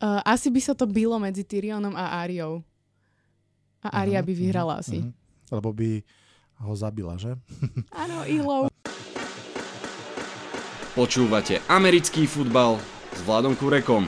Asi by sa to bylo medzi Tyrionom a Áriou. A Ária by vyhrala asi. Lebo by ho zabila, že? Áno, Ilou. Počúvate americký futbal s Vladom Kurekom.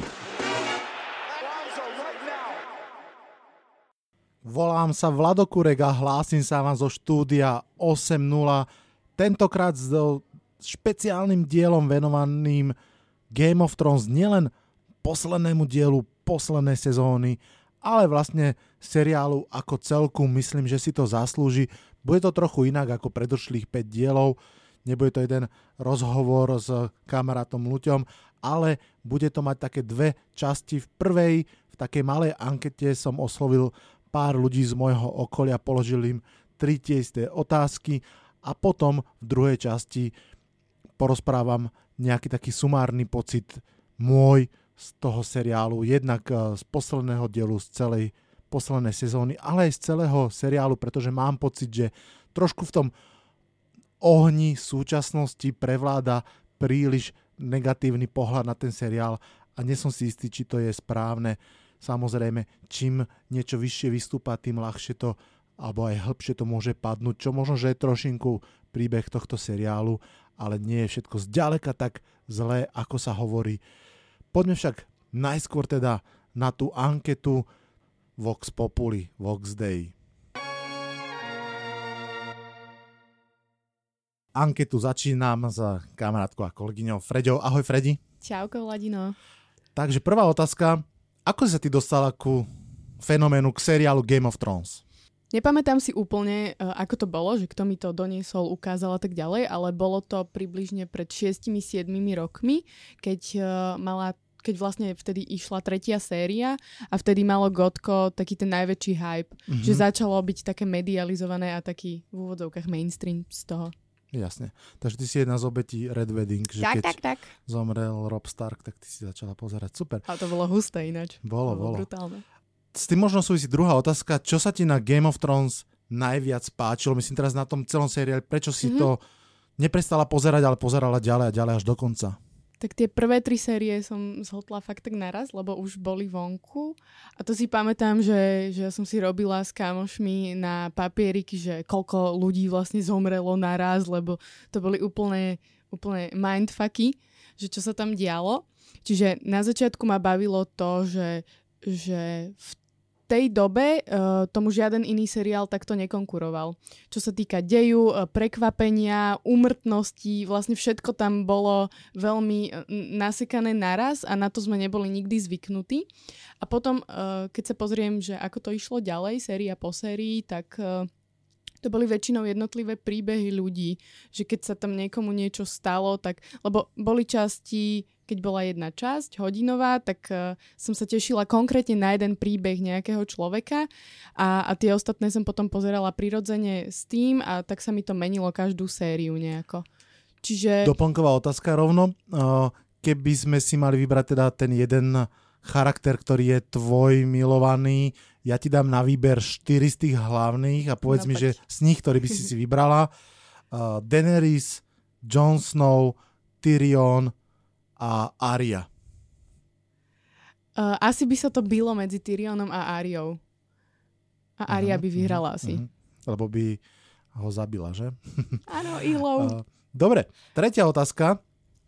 Volám sa Vlado Kurek a hlásim sa vám zo štúdia 8.0. Tentokrát s špeciálnym dielom venovaným Game of Thrones, nielen poslednému dielu poslednej sezóny, ale vlastne seriálu ako celku. Myslím, že si to zaslúži. Bude to trochu inak ako predošlých 5 dielov. Nebude to jeden rozhovor s kamarátom Luťom, ale bude to mať také dve časti. V prvej, v takej malej ankete som oslovil pár ľudí z môjho okolia, položil im 3 tie isté otázky a potom v druhej časti porozprávam nejaký taký sumárny pocit môj z toho seriálu, jednak z posledného dielu, z celej poslednej sezóny, ale aj z celého seriálu, pretože mám pocit, že trošku v tom ohni súčasnosti prevláda príliš negatívny pohľad na ten seriál a nie som si istý, či to je správne. Samozrejme, čím niečo vyššie vystúpa, tým ľahšie to, alebo aj hĺbšie to môže padnúť, čo možno, že je trošinku príbeh tohto seriálu, ale nie je všetko zďaleka tak zlé, ako sa hovorí. Poďme však najskôr teda na tú anketu Vox Populi, Vox Dei. Anketu začínam s kamarátkou a kolegyňou Freďou. Ahoj Fredi. Čauko, Vladino. Takže prvá otázka. Ako si sa ty dostala ku fenoménu, k seriálu Game of Thrones? Nepamätám si úplne, ako to bolo, že kto mi to doniesol, ukázal a tak ďalej, ale bolo to približne pred 6-7 rokmi, keď vlastne vtedy išla 3. séria a vtedy malo Gotko taký ten najväčší hype, že začalo byť také medializované a taký v úvodzovkách mainstream z toho. Jasne. Takže ty si jedna z obetí Red Wedding, že keď zomrel Robb Stark, tak ty si začala pozerať. Super. A to bolo husté ináč. Bolo. Brutálne. S tým možno súvisí druhá otázka. Čo sa ti na Game of Thrones najviac páčilo? Myslím teraz na tom celom seriáli. Prečo si to neprestala pozerať, ale pozerala ďalej a ďalej až do konca? Tak tie prvé 3 série som zhltla fakt tak naraz, lebo už boli vonku. A to si pamätám, že som si robila s kamošmi na papieriky, že koľko ľudí vlastne zomrelo naraz, lebo to boli úplne mindfucky, že čo sa tam dialo. Čiže na začiatku ma bavilo to, že v tej dobe tomu žiaden iný seriál takto nekonkuroval. Čo sa týka deju, prekvapenia, úmrtnosti, vlastne všetko tam bolo veľmi nasekané naraz a na to sme neboli nikdy zvyknutí. A potom, keď sa pozriem, že ako to išlo ďalej, séria po sérii, tak to boli väčšinou jednotlivé príbehy ľudí, že keď sa tam niekomu niečo stalo, tak, lebo boli časti, keď bola jedna časť hodinová, tak som sa tešila konkrétne na jeden príbeh nejakého človeka a tie ostatné som potom pozerala prirodzene s tým a tak sa mi to menilo každú sériu nejako. Čiže... Doplnková otázka rovno. Keby sme si mali vybrať teda ten jeden charakter, ktorý je tvoj milovaný, ja ti dám na výber 4 z tých hlavných a povedz mi, že z nich, ktorý by si vybrala. Daenerys, Jon Snow, Tyrion a Arya. Asi by sa to bylo medzi Tyrionom a Áriou. A Arya by vyhrala asi. Lebo by ho zabila, že? Áno, Ilou. Dobre, tretia otázka.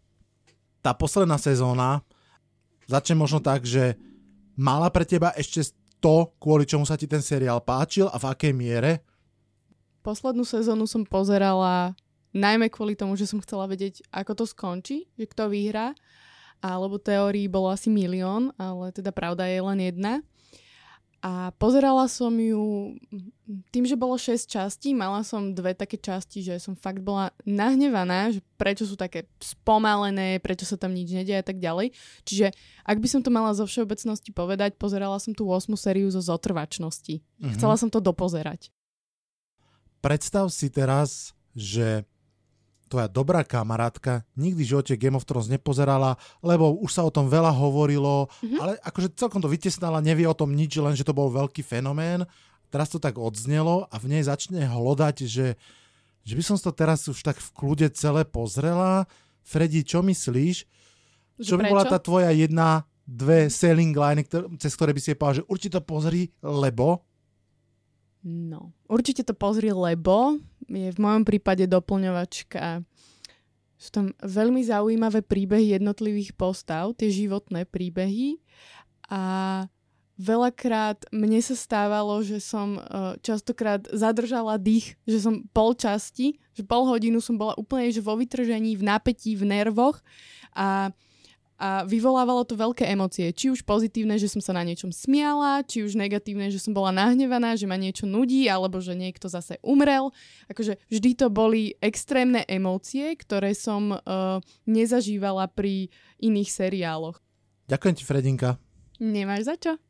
Tá posledná sezóna, začne možno tak, že mala pre teba ešte to, kvôli čomu sa ti ten seriál páčil a v akej miere? Poslednú sezónu som pozerala najmä kvôli tomu, že som chcela vedieť, ako to skončí, že kto vyhrá. Alebo teórií bolo asi 1 000 000, ale teda pravda je len jedna. A pozerala som ju, tým, že bolo 6 častí, mala som 2 také časti, že som fakt bola nahnevaná, že prečo sú také spomalené, prečo sa tam nič nedeje a tak ďalej. Čiže ak by som to mala zo všeobecnosti povedať, pozerala som tú 8. sériu zo zotrvačnosti. Chcela som to dopozerať. Predstav si teraz, že tvoja dobrá kamarátka nikdy v živote Game of Thrones nepozerala, lebo už sa o tom veľa hovorilo, ale akože celkom to vytesnala, nevie o tom nič, len že to bol veľký fenomén. Teraz to tak odznelo a v nej začne hlodať, že by som to teraz už tak v kľude celé pozrela. Fredi, čo myslíš? Čo by bola tá tvoja jedna 2 selling line, cez ktoré by si jej povedal, že určite to pozri, lebo... No, určite to pozri, lebo je v mojom prípade doplňovačka. Sú tam veľmi zaujímavé príbehy jednotlivých postav, tie životné príbehy a veľakrát mne sa stávalo, že som častokrát zadržala dých, že som pol hodinu som bola úplne že vo vytržení, v napätí, v nervoch a vyvolávalo to veľké emócie. Či už pozitívne, že som sa na niečom smiala, či už negatívne, že som bola nahnevaná, že ma niečo nudí, alebo že niekto zase umrel. Akože vždy to boli extrémne emócie, ktoré som nezažívala pri iných seriáloch. Ďakujem ti, Fredinka. Nemáš za čo.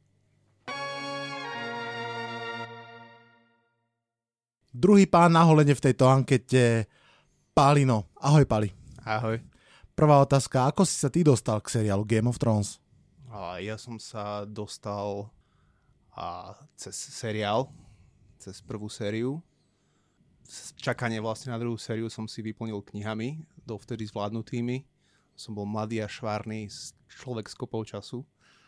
Druhý pán na holene v tejto ankete, Palino. Ahoj, Pali. Ahoj. Prvá otázka, ako si sa ty dostal k seriálu Game of Thrones? Ja som sa dostal cez seriál, cez prvú sériu. Čakanie vlastne na druhú sériu som si vyplnil knihami, dovtedy zvládnutými. Som bol mladý a švárny človek s kopou času.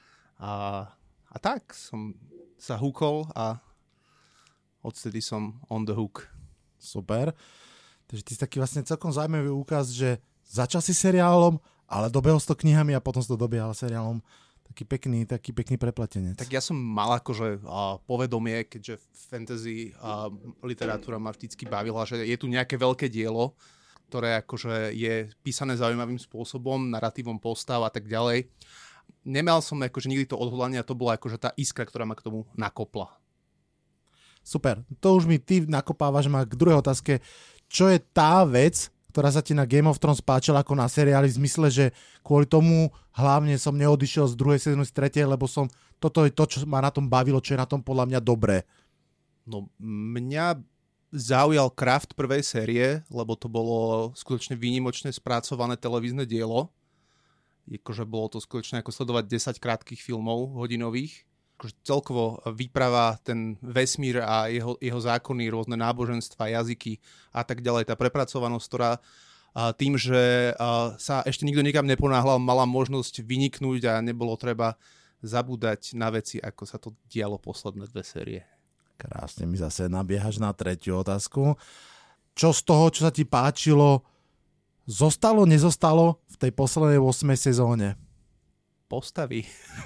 A tak som sa húkol a odtedy som on the hook. Super. Takže ty si taký vlastne celkom zaujímavý úkaz, že začal si seriálom, ale dobehol si to knihami a potom si to dobiehal seriálom. Taký pekný prepletenec. Tak ja som mal akože povedomie, keďže fantasy literatúra ma vždycky bavila, že je tu nejaké veľké dielo, ktoré akože je písané zaujímavým spôsobom, naratívom postav a tak ďalej. Nemal som akože nikdy to odhodlanie a to bola akože tá iskra, ktorá ma k tomu nakopla. Super. To už mi ty nakopávaš ma k druhej otázke. Čo je tá vec, ktorá sa ti na Game of Thrones páčila ako na seriáli v zmysle, že kvôli tomu hlavne som neodišiel z druhej sezóny, z tretej, lebo toto je to, čo ma na tom bavilo, čo je na tom podľa mňa dobré. No, mňa zaujal craft prvej série, lebo to bolo skutočne výnimočne spracované televízne dielo. Akože bolo to skutočne ako sledovať 10 krátkych filmov hodinových. Akože celkovo výprava, ten vesmír a jeho zákony, rôzne náboženstva, jazyky a tak ďalej. Tá prepracovanosť, ktorá tým, že sa ešte nikto nikam neponáhľal, mala možnosť vyniknúť a nebolo treba zabúdať na veci, ako sa to dialo posledné 2 série. Krásne mi zase nabiehaš na tretiu otázku. Čo z toho, čo sa ti páčilo, zostalo, nezostalo v tej poslednej 8. sezóne? Postavy.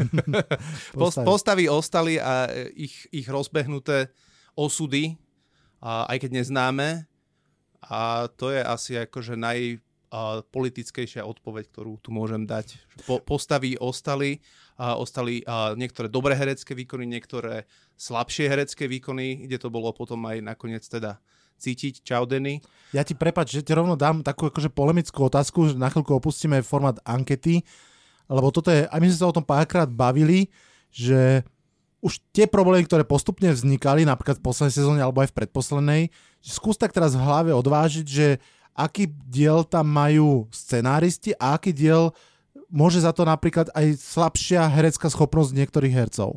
Postavy ostali a ich rozbehnuté osudy, aj keď neznáme. A to je asi akože najpolitickejšia odpoveď, ktorú tu môžem dať. Postavy ostali niektoré dobré herecké výkony, niektoré slabšie herecké výkony, kde to bolo potom aj nakoniec teda cítiť. Čau, Denny. Ja ti prepáč, že ti rovno dám takú akože polemickú otázku, že na chvíľku opustíme formát ankety, lebo toto je, aj my sme sa o tom párkrát bavili, že už tie problémy, ktoré postupne vznikali, napríklad v poslednej sezóne alebo aj v predposlednej, skús tak teraz v hlave odvážiť, že aký diel tam majú scenáristi a aký diel môže za to napríklad aj slabšia herecká schopnosť niektorých hercov.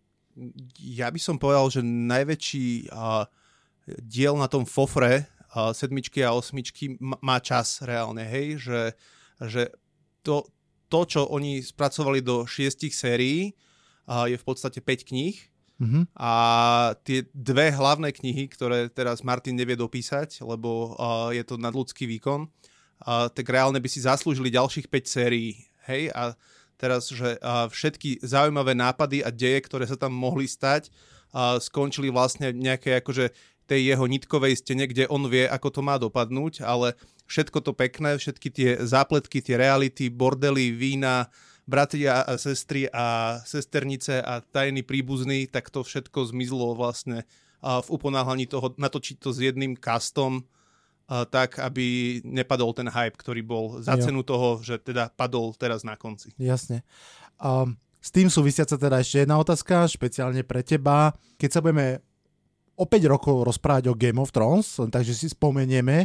Ja by som povedal, že najväčší diel na tom fofre 7 a 8 má čas reálne, hej, že to, čo oni spracovali do 6 sérií, je v podstate 5 kníh. Mm-hmm. A tie 2 hlavné knihy, ktoré teraz Martin nevie dopísať, lebo je to nadľudský výkon, tak reálne by si zaslúžili ďalších 5 sérií. Hej? A teraz, že všetky zaujímavé nápady a deje, ktoré sa tam mohli stať, skončili vlastne nejaké akože tej jeho nitkovej stene, kde on vie, ako to má dopadnúť, ale všetko to pekné, všetky tie zápletky, tie reality, bordely, vína, bratria a sestry a sesternice a tajní príbuzní, tak to všetko zmizlo vlastne v uponáhlaní toho, natočiť to s jedným castom, tak, aby nepadol ten hype, ktorý bol za cenu toho, že teda padol teraz na konci. Jasne. S tým súvisiaca teda ešte jedna otázka, špeciálne pre teba. Keď sa budeme o 5 rokov rozprávať o Game of Thrones, takže si spomenieme,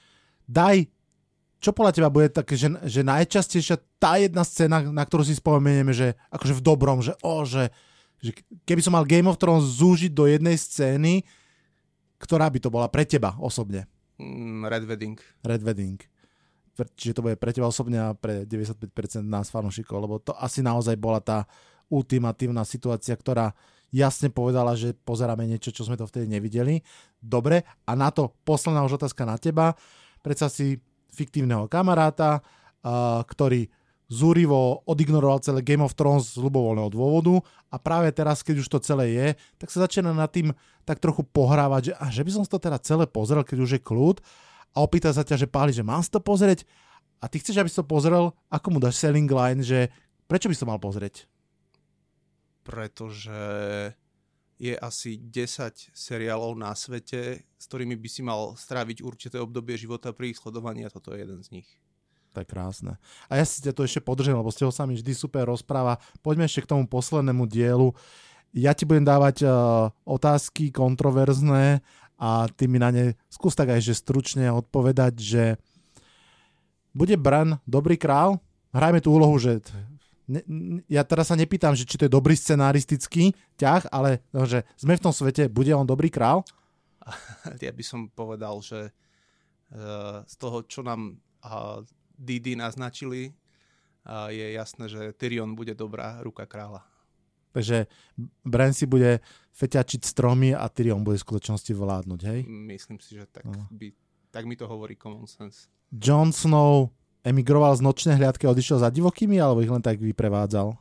čo podľa teba bude také, že najčastejšia tá jedna scéna, na ktorú si spomenieme, že akože v dobrom, že keby som mal Game of Thrones zúžiť do jednej scény, ktorá by to bola pre teba osobne? Red Wedding. Red Wedding. čiže to bude pre teba osobne a pre 95% nás fanúšikov, lebo to asi naozaj bola tá ultimatívna situácia, ktorá jasne povedala, že pozeráme niečo, čo sme to vtedy nevideli. Dobre, a na to posledná už otázka na teba. Predsa si fiktívneho kamaráta, ktorý zúrivo odignoroval celé Game of Thrones z ľubovoľného dôvodu a práve teraz, keď už to celé je, tak sa začína nad tým tak trochu pohrávať, že by som si to teda celé pozrel, keď už je kľud a opýta sa ťa, že Páli, že mám si to pozrieť a ty chceš, aby si to pozrel, ako mu dáš selling line, že prečo by si to mal pozrieť? Pretože je asi 10 seriálov na svete, s ktorými by si mal stráviť určité obdobie života pri ich sledovaní a toto je jeden z nich. To je krásne. A ja si ťa to ešte podržím, lebo s teho sa mi vždy super rozpráva. Poďme ešte k tomu poslednému dielu. Ja ti budem dávať otázky kontroverzné a ty mi na ne skús tak aj že stručne odpovedať, že bude Bran dobrý král? Hrajme tú úlohu, že ja teraz sa nepýtam, že či to je dobrý scenaristický ťah, ale že sme v tom svete, bude on dobrý král? Ja by som povedal, že z toho, čo nám DD naznačili, je jasné, že Tyrion bude dobrá ruka kráľa. Takže Bran si bude feťačiť stromy a Tyrion bude v skutočnosti vládnuť, hej? Myslím si, že tak mi to hovorí common sense. Jon Snow emigroval z nočnej hliadky a odišiel za divokými, alebo ich len tak vyprevádzal?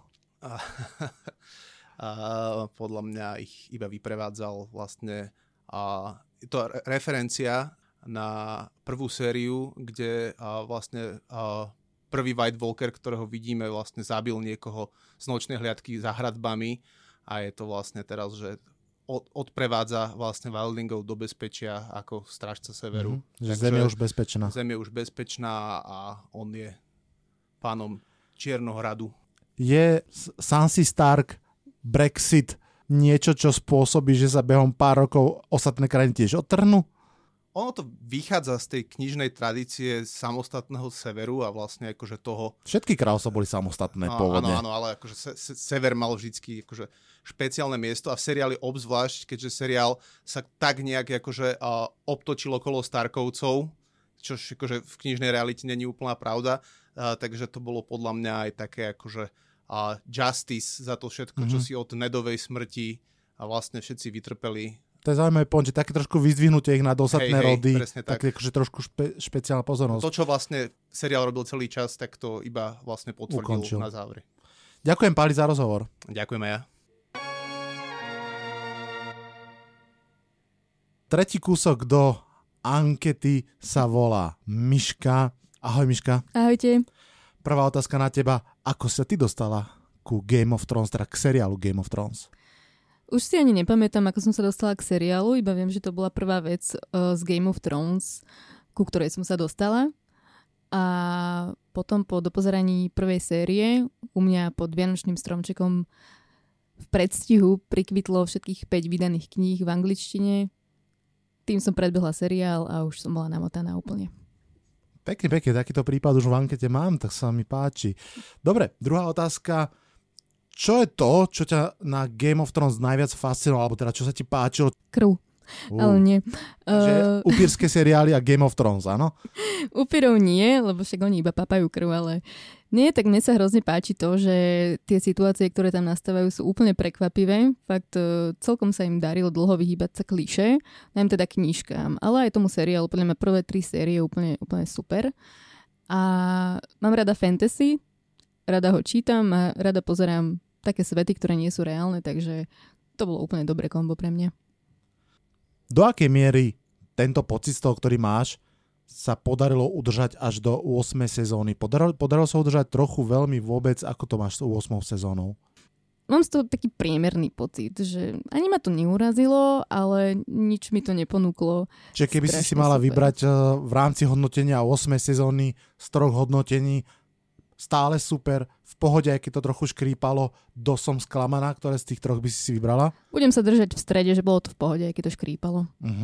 Podľa mňa ich iba vyprevádzal vlastne. Je to referencia na prvú sériu, kde vlastne prvý White Walker, ktorého vidíme, vlastne zabil niekoho z nočnej hliadky za hradbami a je to vlastne teraz, že odprevádza vlastne wildlingov do bezpečia ako strážca severu. Že zem je už bezpečná. Zem je už bezpečná a on je pánom Čiernohradu. Je Sansa Stark Brexit niečo, čo spôsobí, že sa behom pár rokov ostatné krajiny tiež odtrhnú? Ono to vychádza z tej knižnej tradície samostatného severu a vlastne akože toho... Všetky kráľovstvá boli samostatné pôvodne. Áno, ale akože sever mal vždycky akože špeciálne miesto a v seriáli obzvlášť, keďže seriál sa tak nejak akože obtočil okolo Starkovcov, čo akože v knižnej realite není úplná pravda, takže to bolo podľa mňa aj také akože justice za to všetko, čo si od Nedovej smrti a vlastne všetci vytrpeli. To je zaujímavé point, že také trošku vyzdvihnutie ich na dosadné rody, tak akože trošku špeciálna pozornosť. To, čo vlastne seriál robil celý čas, tak to iba vlastne potvrdil Ukončil. na závere. Ďakujem, Páli, za rozhovor. Ďakujem aj ja. Tretí kúsok do ankety sa volá Miška. Ahoj, Miška. Ahojte. Prvá otázka na teba. Ako sa ty dostala ku Game of Thrones, teda k seriálu Game of Thrones? Už si ani nepamätám, ako som sa dostala k seriálu, iba viem, že to bola prvá vec z Game of Thrones, ku ktorej som sa dostala. A potom po dopozeraní prvej série u mňa pod Vianočným stromčekom v predstihu prikvitlo všetkých 5 vydaných kníh v angličtine. Tým som predbehla seriál a už som bola namotaná úplne. Pekne, takýto prípad už v ankete mám, tak sa mi páči. Dobre, druhá otázka. Čo je to, čo ťa na Game of Thrones najviac fascinovalo, alebo teda čo sa ti páčilo? Krv. Ale nie. Že upírske seriály a Game of Thrones, áno? Upírov nie, lebo však oni iba papajú krv, ale nie, tak mne sa hrozne páči to, že tie situácie, ktoré tam nastávajú, sú úplne prekvapivé. Fakt celkom sa im darilo dlho vyhýbať sa klišé, najmä teda knížkám, ale aj tomu seriálu, podľa mňa prvé 3 série úplne super. A mám rada fantasy, rada ho čítam a rada pozerám také svety, ktoré nie sú reálne, takže to bolo úplne dobré kombo pre mňa. Do akej miery tento pocit z toho, ktorý máš, sa podarilo udržať až do 8. sezóny? Podarilo sa udržať trochu veľmi vôbec, ako to máš s 8. sezónou? Mám z toho taký priemerný pocit, že ani ma to neurazilo, ale nič mi to neponúklo. Čiže keby si mala vybrať v rámci hodnotenia 8. sezóny z 3 hodnotení, stále super, v pohode, aj keď to trochu škrípalo, som sklamaná, ktoré z tých 3 by si vybrala? Budem sa držať v strede, že bolo to v pohode, aj keď to škrípalo.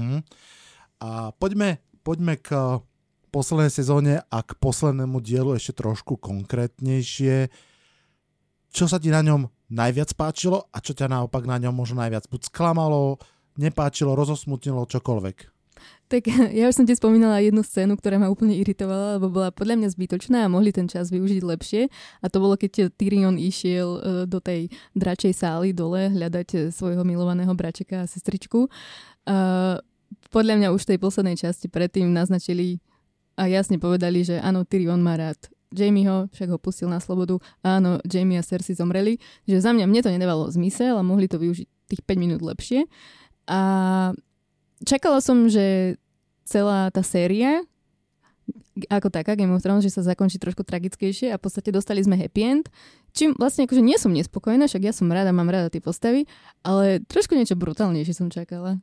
A poďme k poslednej sezóne a k poslednému dielu ešte trošku konkrétnejšie. Čo sa ti na ňom najviac páčilo a čo ťa naopak na ňom možno najviac buď sklamalo, nepáčilo, rozosmutnilo, čokoľvek? Tak ja už som ti spomínala jednu scénu, ktorá ma úplne iritovala, lebo bola podľa mňa zbytočná a mohli ten čas využiť lepšie. A to bolo, keď Tyrion išiel do tej dračej sály dole hľadať svojho milovaného bračeka a sestričku. Podľa mňa už v tej poslednej časti predtým naznačili a jasne povedali, že áno, Tyrion má rád Jamieho, však ho pustil na slobodu. Áno, Jamie a Cersei zomreli. Že za mňa to nedávalo zmysel a mohli to využiť tých 5 minút lepšie. A čakala som, že celá tá séria ako taká Game of Thrones, že sa zakončí trošku tragickejšie a v podstate dostali sme happy end. Čím vlastne akože nie som nespokojná, však ja som rada, mám rada tie postavy, ale trošku niečo brutálnejšie som čakala.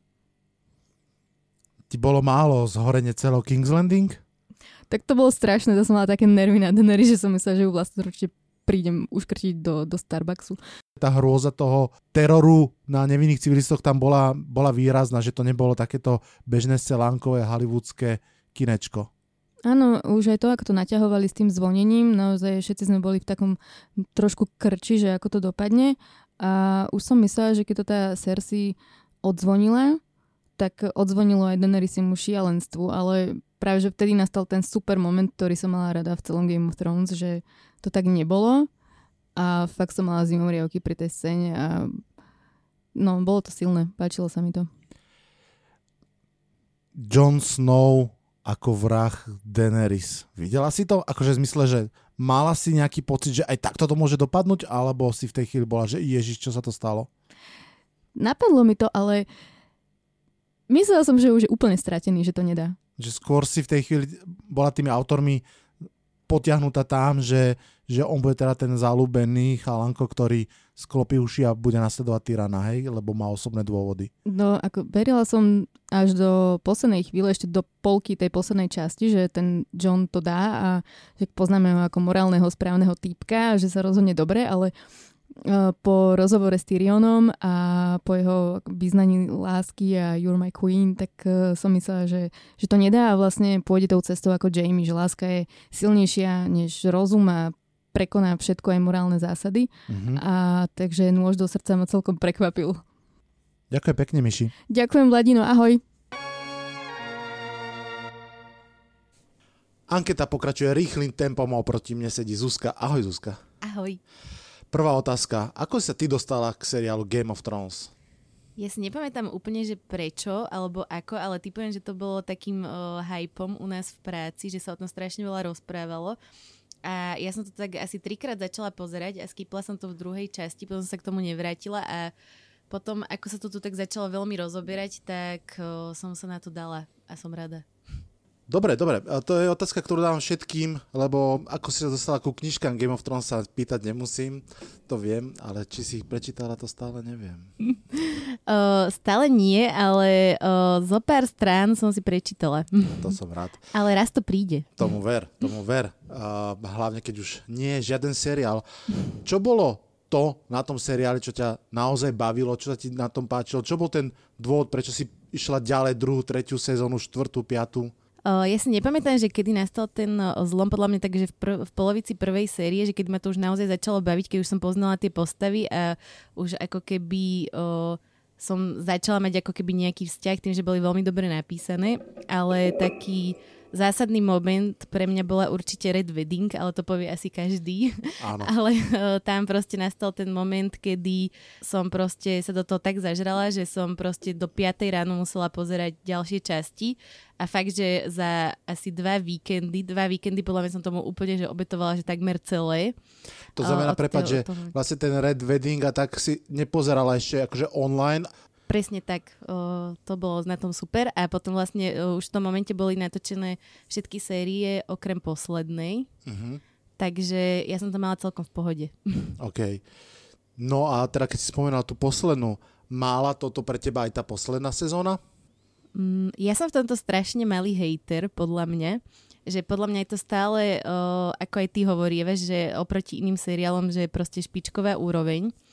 Ti bolo málo zhorenie celého King's Landing? Tak to bolo strašné, to som mala také nervy na Daenerys, že som myslela, že ju vlastne určite prídem uškrtiť do Starbucksu. Tá hrôza toho teroru na nevinných civilistoch tam bola výrazná, že to nebolo takéto bežné scelánkové hollywoodské kinečko. Áno, už aj to, ako to naťahovali s tým zvonením, naozaj všetci sme boli v takom trošku krči, že ako to dopadne. A už som myslela, že keď to tá Cersei odzvonila, tak odzvonilo aj Daenerysimu šialenstvu, ale práve, že vtedy nastal ten super moment, ktorý som mala rada v celom Game of Thrones, že to tak nebolo a fakt som mala zimomriavky pri tej scéne a no, bolo to silné, páčilo sa mi to. Jon Snow ako vrah Daenerys. Videla si to? Akože v zmysle, že mala si nejaký pocit, že aj takto to môže dopadnúť, alebo si v tej chvíli bola, že ježiš, čo sa to stalo? Napadlo mi to, ale myslela som, že už je úplne stratený, že to nedá. Že skôr si v tej chvíli bola tými autormi potiahnutá tam, že on bude teda ten zalúbený chalanko, ktorý sklopí uši a bude nasledovať tyrana, hej? Lebo má osobné dôvody. No, ako verila som až do poslednej chvíle, ešte do polky tej poslednej časti, že ten Jon to dá a že poznáme ho ako morálneho, správneho týpka a že sa rozhodne dobre, ale po rozhovore s Tyrionom a po jeho vyznaní lásky a You're my queen, tak som myslela, že to nedá a vlastne pôjde tou cestou ako Jamie, že láska je silnejšia než rozum a prekoná všetko aj morálne zásady. Mm-hmm. A takže nôž do srdca ma celkom prekvapil. Ďakujem pekne, Miši. Ďakujem, Vladino, ahoj. Anketa pokračuje rýchlým tempom a oproti mne sedí Zuzka. Ahoj, Zuzka. Ahoj. Prvá otázka. Ako sa ty dostala k seriálu Game of Thrones? Ja si nepamätám úplne, že prečo, alebo ako, ale typujem, že to bolo takým hypom u nás v práci, že sa o tom strašne veľa rozprávalo. A ja som to tak asi 3-krát začala pozerať a skipla som to v druhej časti, potom sa k tomu nevrátila a potom, ako sa to tu tak začalo veľmi rozoberať, tak som sa na to dala a som rada. Dobre. A to je otázka, ktorú dávam všetkým, lebo ako si sa dostala ku knižkám Game of Thrones sa pýtať nemusím, to viem, ale či si ich prečítala, to stále neviem. Stále nie, ale zo pár strán som si prečítala. To som rád. Ale raz to príde. Tomu ver. Hlavne, keď už nie je žiaden seriál. Čo bolo to na tom seriáli, čo ťa naozaj bavilo, čo sa ti na tom páčilo? Čo bol ten dôvod, prečo si išla ďalej 2., 3. sezónu, 4., 5.? Ja si nepamätám, že kedy nastal ten zlom, podľa mňa tak, že v polovici prvej série, že keď ma to už naozaj začalo baviť, keď už som poznala tie postavy a už ako keby som začala mať ako keby nejaký vzťah tým, že boli veľmi dobre napísané, ale taký zásadný moment pre mňa bola určite Red Wedding, ale to povie asi každý. Áno. Ale tam proste nastal ten moment, kedy som proste sa do toho tak zažrala, že som proste do 5 ráno musela pozerať ďalšie časti a fakt, že za asi 2 víkendy podľa mňa som tomu úplne že obetovala, že takmer celé. To znamená, prepáč, že vlastne ten Red Wedding a tak si nepozerala ešte akože online. Presne tak, to bolo na tom super a potom vlastne už v tom momente boli natočené všetky série okrem poslednej, takže ja som to mala celkom v pohode. OK. No a teda keď si spomenala tú poslednú, mála toto pre teba aj tá posledná sezóna? Ja som v tomto strašne malý hejter, podľa mňa, že podľa mňa je to stále, ako aj ty hovoríš, že oproti iným seriálom, že je proste špičková úroveň.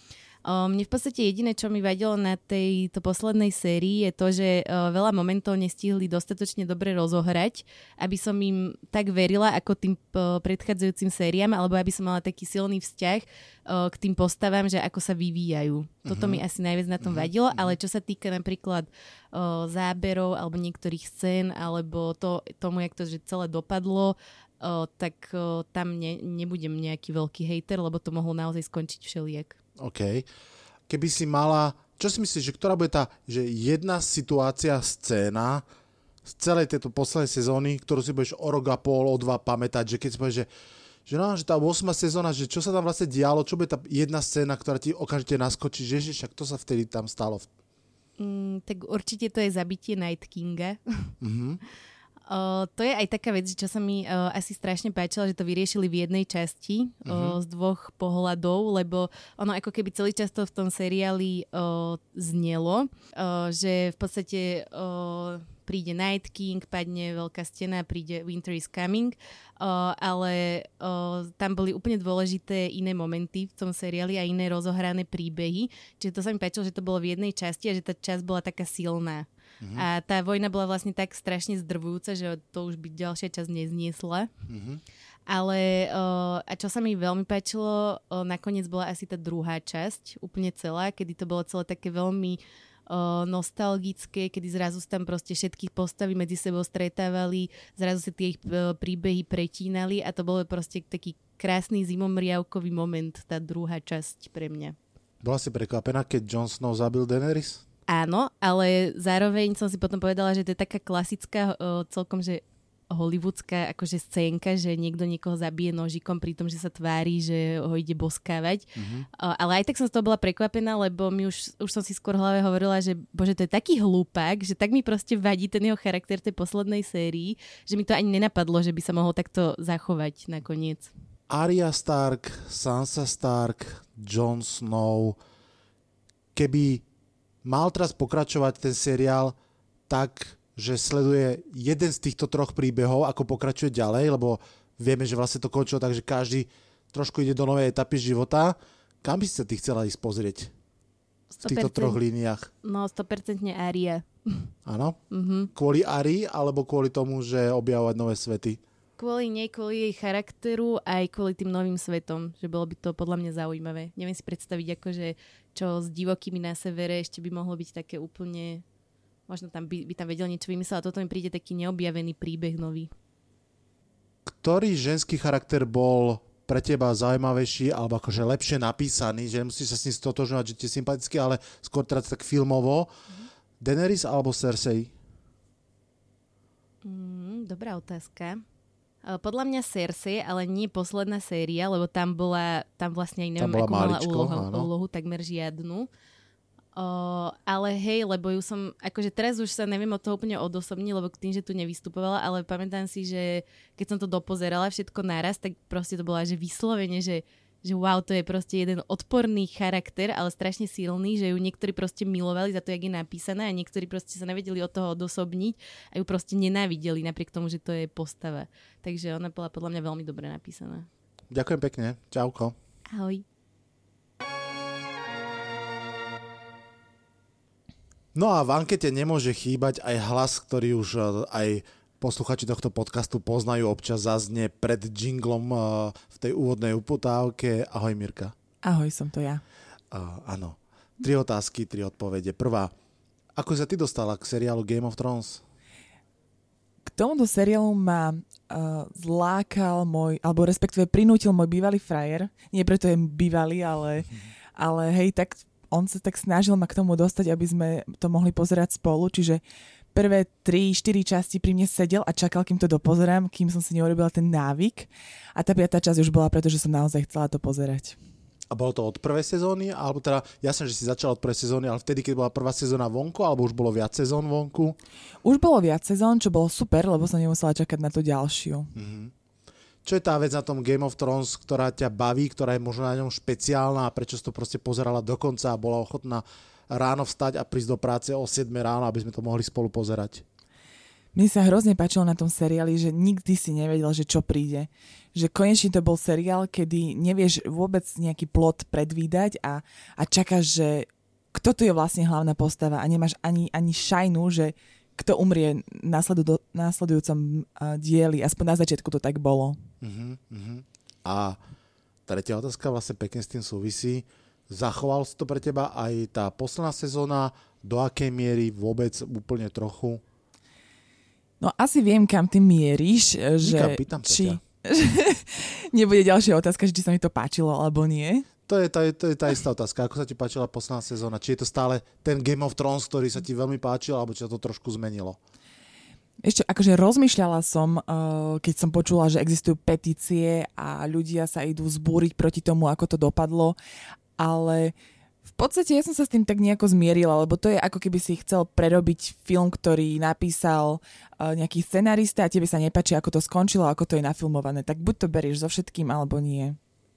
Mne v podstate jediné, čo mi vadilo na tejto poslednej sérii, je to, že veľa momentov nestihli dostatočne dobre rozohrať, aby som im tak verila ako tým predchádzajúcim sériám, alebo aby som mala taký silný vzťah k tým postavám, že ako sa vyvíjajú. Toto mi asi najviac na tom vadilo, ale čo sa týka napríklad záberov alebo niektorých scén, alebo tomu, jak to že celé dopadlo, tak tam nebudem nejaký veľký hejter, lebo to mohlo naozaj skončiť všelijak. OK. Keby si mala, čo si myslíš, že ktorá bude tá, že jedna situácia, scéna z celej tejto poslednej sezóny, ktorú si budeš o rok a pol, o dva pamätať, že keď si povieš, že tá 8. sezóna, že čo sa tam vlastne dialo, čo bude tá jedna scéna, ktorá ti okamžite naskočí, že však to sa vtedy tam stalo. Tak určite to je zabitie Night Kinga. To je aj taká vec, čo sa mi asi strašne páčilo, že to vyriešili v jednej časti z dvoch pohľadov, lebo ono ako keby celý čas to v tom seriáli znelo, že v podstate príde Night King, padne veľká stena, príde Winter is Coming, ale tam boli úplne dôležité iné momenty v tom seriáli a iné rozohrané príbehy, čiže to sa mi páčilo, že to bolo v jednej časti a že tá časť bola taká silná. A tá vojna bola vlastne tak strašne zdrvujúca, že to už by ďalšia časť nezniesla. Ale a čo sa mi veľmi páčilo, nakoniec bola asi tá druhá časť, úplne celá, kedy to bolo celé také veľmi nostalgické, kedy zrazu tam proste všetky postavy medzi sebou stretávali, zrazu sa tie ich príbehy pretínali a to bol proste taký krásny zimomriavkový moment, tá druhá časť pre mňa. Bola si prekvapená, keď Jon Snow zabil Daenerys? Áno, ale zároveň som si potom povedala, že to je taká klasická, celkom, že hollywoodská akože scénka, že niekto niekoho zabije nožikom pri tom, že sa tvári, že ho ide boskávať. Ale aj tak som z toho bola prekvapená, lebo už som si skôr v hlave hovorila, že bože, to je taký hlúpak, že tak mi proste vadí ten jeho charakter tej poslednej sérii, že mi to ani nenapadlo, že by sa mohol takto zachovať nakoniec. Arya Stark, Sansa Stark, Jon Snow, keby mal teraz pokračovať ten seriál tak, že sleduje jeden z týchto troch príbehov, ako pokračuje ďalej, lebo vieme, že vlastne to končilo tak, že každý trošku ide do novej etapy života. Kam by si sa ty chcela ísť pozrieť? V týchto troch líniách? No, 100% Arya. Áno? Kvôli Arii, alebo kvôli tomu, že objavovať nové svety? Kvôli nej, kvôli jej charakteru, aj kvôli tým novým svetom, že bolo by to podľa mňa zaujímavé. Neviem si predstaviť, akože čo s divokými na severe ešte by mohlo byť také úplne, možno tam by tam vedel niečo vymyslieť, a toto mi príde taký neobjavený príbeh nový. Ktorý ženský charakter bol pre teba zaujímavejší alebo akože lepšie napísaný, že musíš sa s ním stotožňovať, že ti je sympatický, ale skôr teraz tak filmovo. Daenerys alebo Cersei? Dobrá otázka. Podľa mňa Cersei, ale nie posledná séria, lebo tam vlastne aj neviem, akú mala úlohu, takmer žiadnu. Ale hej, lebo ju som, akože teraz už sa neviem od toho úplne odosobniť, lebo tým, že tu nevystupovala, ale pamätám si, že keď som to dopozerala všetko naraz, tak proste to bolo že vyslovene, že wow, to je proste jeden odporný charakter, ale strašne silný, že ju niektorí proste milovali za to, jak je napísaná, a niektorí proste sa nevedeli od toho odosobniť a ju proste nenávideli napriek tomu, že to je postava. Takže ona bola podľa mňa veľmi dobre napísaná. Ďakujem pekne. Čauko. Ahoj. No a v ankete nemôže chýbať aj hlas, ktorý už aj posluchači tohto podcastu poznajú, občas zaznie pred jinglom v tej úvodnej uputávke. Ahoj Mirka. Ahoj, som to ja. Áno. 3 otázky, 3 odpovede. Prvá. Ako sa ty dostala k seriálu Game of Thrones? K tomuto seriálu ma zlákal alebo respektíve prinútil môj bývalý frajer. Nie preto je bývalý, ale hej, tak on sa tak snažil ma k tomu dostať, aby sme to mohli pozerať spolu, čiže prvé 3-4 časti pri mne sedel a čakal, kým to dopozerám, kým som si neurobila ten návyk. A tá 5. časť už bola, pretože som naozaj chcela to pozerať. A bolo to od prvej sezóny? Alebo teda, jasne, že si začala od prvej sezóny, ale vtedy, keď bola prvá sezóna vonku, alebo už bolo viac sezón vonku? Už bolo viac sezón, čo bolo super, lebo som nemusela čakať na to ďalšiu. Čo je tá vec na tom Game of Thrones, ktorá ťa baví, ktorá je možno na ňom špeciálna a prečo si to proste pozerala dokonca a bola ochotná ráno vstať a prísť do práce o 7 ráno, aby sme to mohli spolu pozerať? Mne sa hrozne páčilo na tom seriáli, že nikdy si nevedel, že čo príde. Že konečne to bol seriál, kedy nevieš vôbec nejaký plot predvídať a čakáš, že kto tu je vlastne hlavná postava a nemáš ani šajnu, že kto umrie následujúcom dieli. Aspoň na začiatku to tak bolo. A tretia otázka vlastne pekne s tým súvisí. Zachoval si to pre teba aj tá posledná sezóna? Do akej miery vôbec úplne trochu? No asi viem, kam ty mieríš, že pýtam sa či ťa. nebude ďalšia otázka, že či sa mi to páčilo, alebo nie. To je tá istá otázka. Ako sa ti páčila posledná sezóna? Či je to stále ten Game of Thrones, ktorý sa ti veľmi páčil, alebo či sa to trošku zmenilo? Ešte akože rozmýšľala som, keď som počula, že existujú petície a ľudia sa idú zbúriť proti tomu, ako to dopadlo, ale v podstate ja som sa s tým tak nejako zmierila, lebo to je ako keby si chcel prerobiť film, ktorý napísal nejaký scenarista a tebe sa nepáči, ako to skončilo, ako to je nafilmované. Tak buď to berieš so všetkým, alebo nie.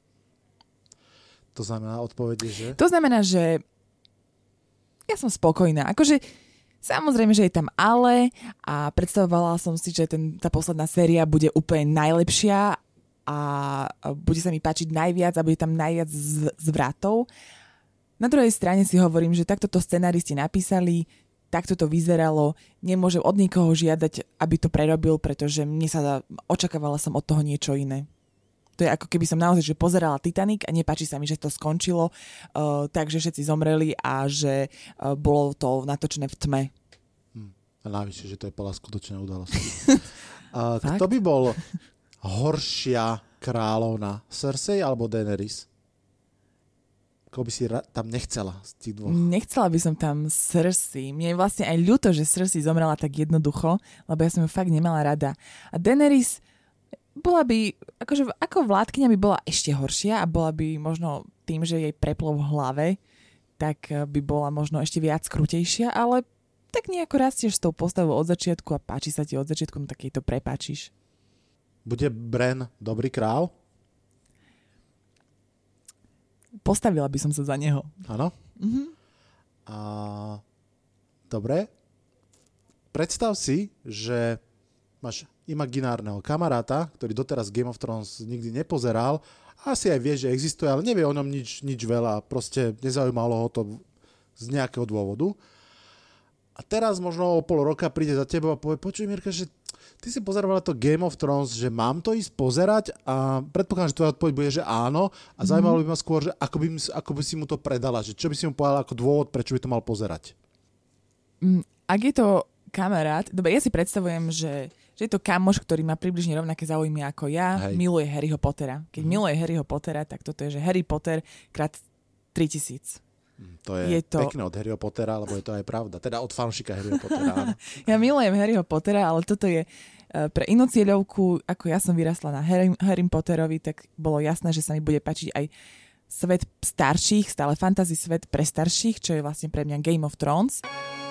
To znamená odpovede, že? To znamená, že ja som spokojná. Akože samozrejme, že je tam ale a predstavovala som si, že tá posledná séria bude úplne najlepšia a bude sa mi páčiť najviac a bude tam najviac zvratov. Na druhej strane si hovorím, že takto to scenáristi napísali, takto to vyzeralo, nemôžem od nikoho žiadať, aby to prerobil, pretože očakávala som od toho niečo iné. To je ako keby som naozaj že pozerala Titanic a nepáči sa mi, že to skončilo, takže všetci zomreli a že bolo to natočené v tme. A navyše, že to je podľa skutočnej udalosti. Kto by bol horšia kráľovna? Cersei alebo Daenerys? Koho by si tam nechcela z tých dvoch? Nechcela by som tam Cersei. Mne je vlastne aj ľúto, že Cersei zomrela tak jednoducho, lebo ja som ju fakt nemala rada. A Daenerys bola by, akože ako vládkyňa by bola ešte horšia a bola by možno tým, že jej preplo v hlave, tak by bola možno ešte viac krutejšia, ale tak nejako rastieš s tou postavou od začiatku a páči sa ti od začiatku, no tak jej to prepáčiš. Bude Bran dobrý král? Postavila by som sa za neho. Áno? Dobre. Predstav si, že máš imaginárneho kamaráta, ktorý doteraz Game of Thrones nikdy nepozeral, asi aj vie, že existuje, ale nevie o ňom nič veľa, proste nezaujímalo ho to z nejakého dôvodu. A teraz možno o pol roka príde za tebou a povie, počuj Mirka, že ty si pozerala to Game of Thrones, že mám to ísť pozerať a predpokladám, že tvoja odpoveď bude, že áno a zaujímalo by ma skôr, že ako by si mu to predala, že čo by si mu povedala ako dôvod, prečo by to mal pozerať. Ak je to kamarát, dobre, ja si predstavujem, že je to kamoš, ktorý má približne rovnaké záujmy ako ja, miluje Harryho Pottera. Keď miluje Harryho Pottera, tak toto je, že Harry Potter krát 3000. To je pekné od Harryho Pottera, lebo je to aj pravda. Teda od fanšika Harryho Pottera. Ja milujem Harryho Pottera, ale toto je pre inú cieľovku, ako ja som vyrastla na Harry Potterovi, tak bolo jasné, že sa mi bude páčiť aj svet starších, stále fantasy svet pre starších, čo je vlastne pre mňa Game of Thrones.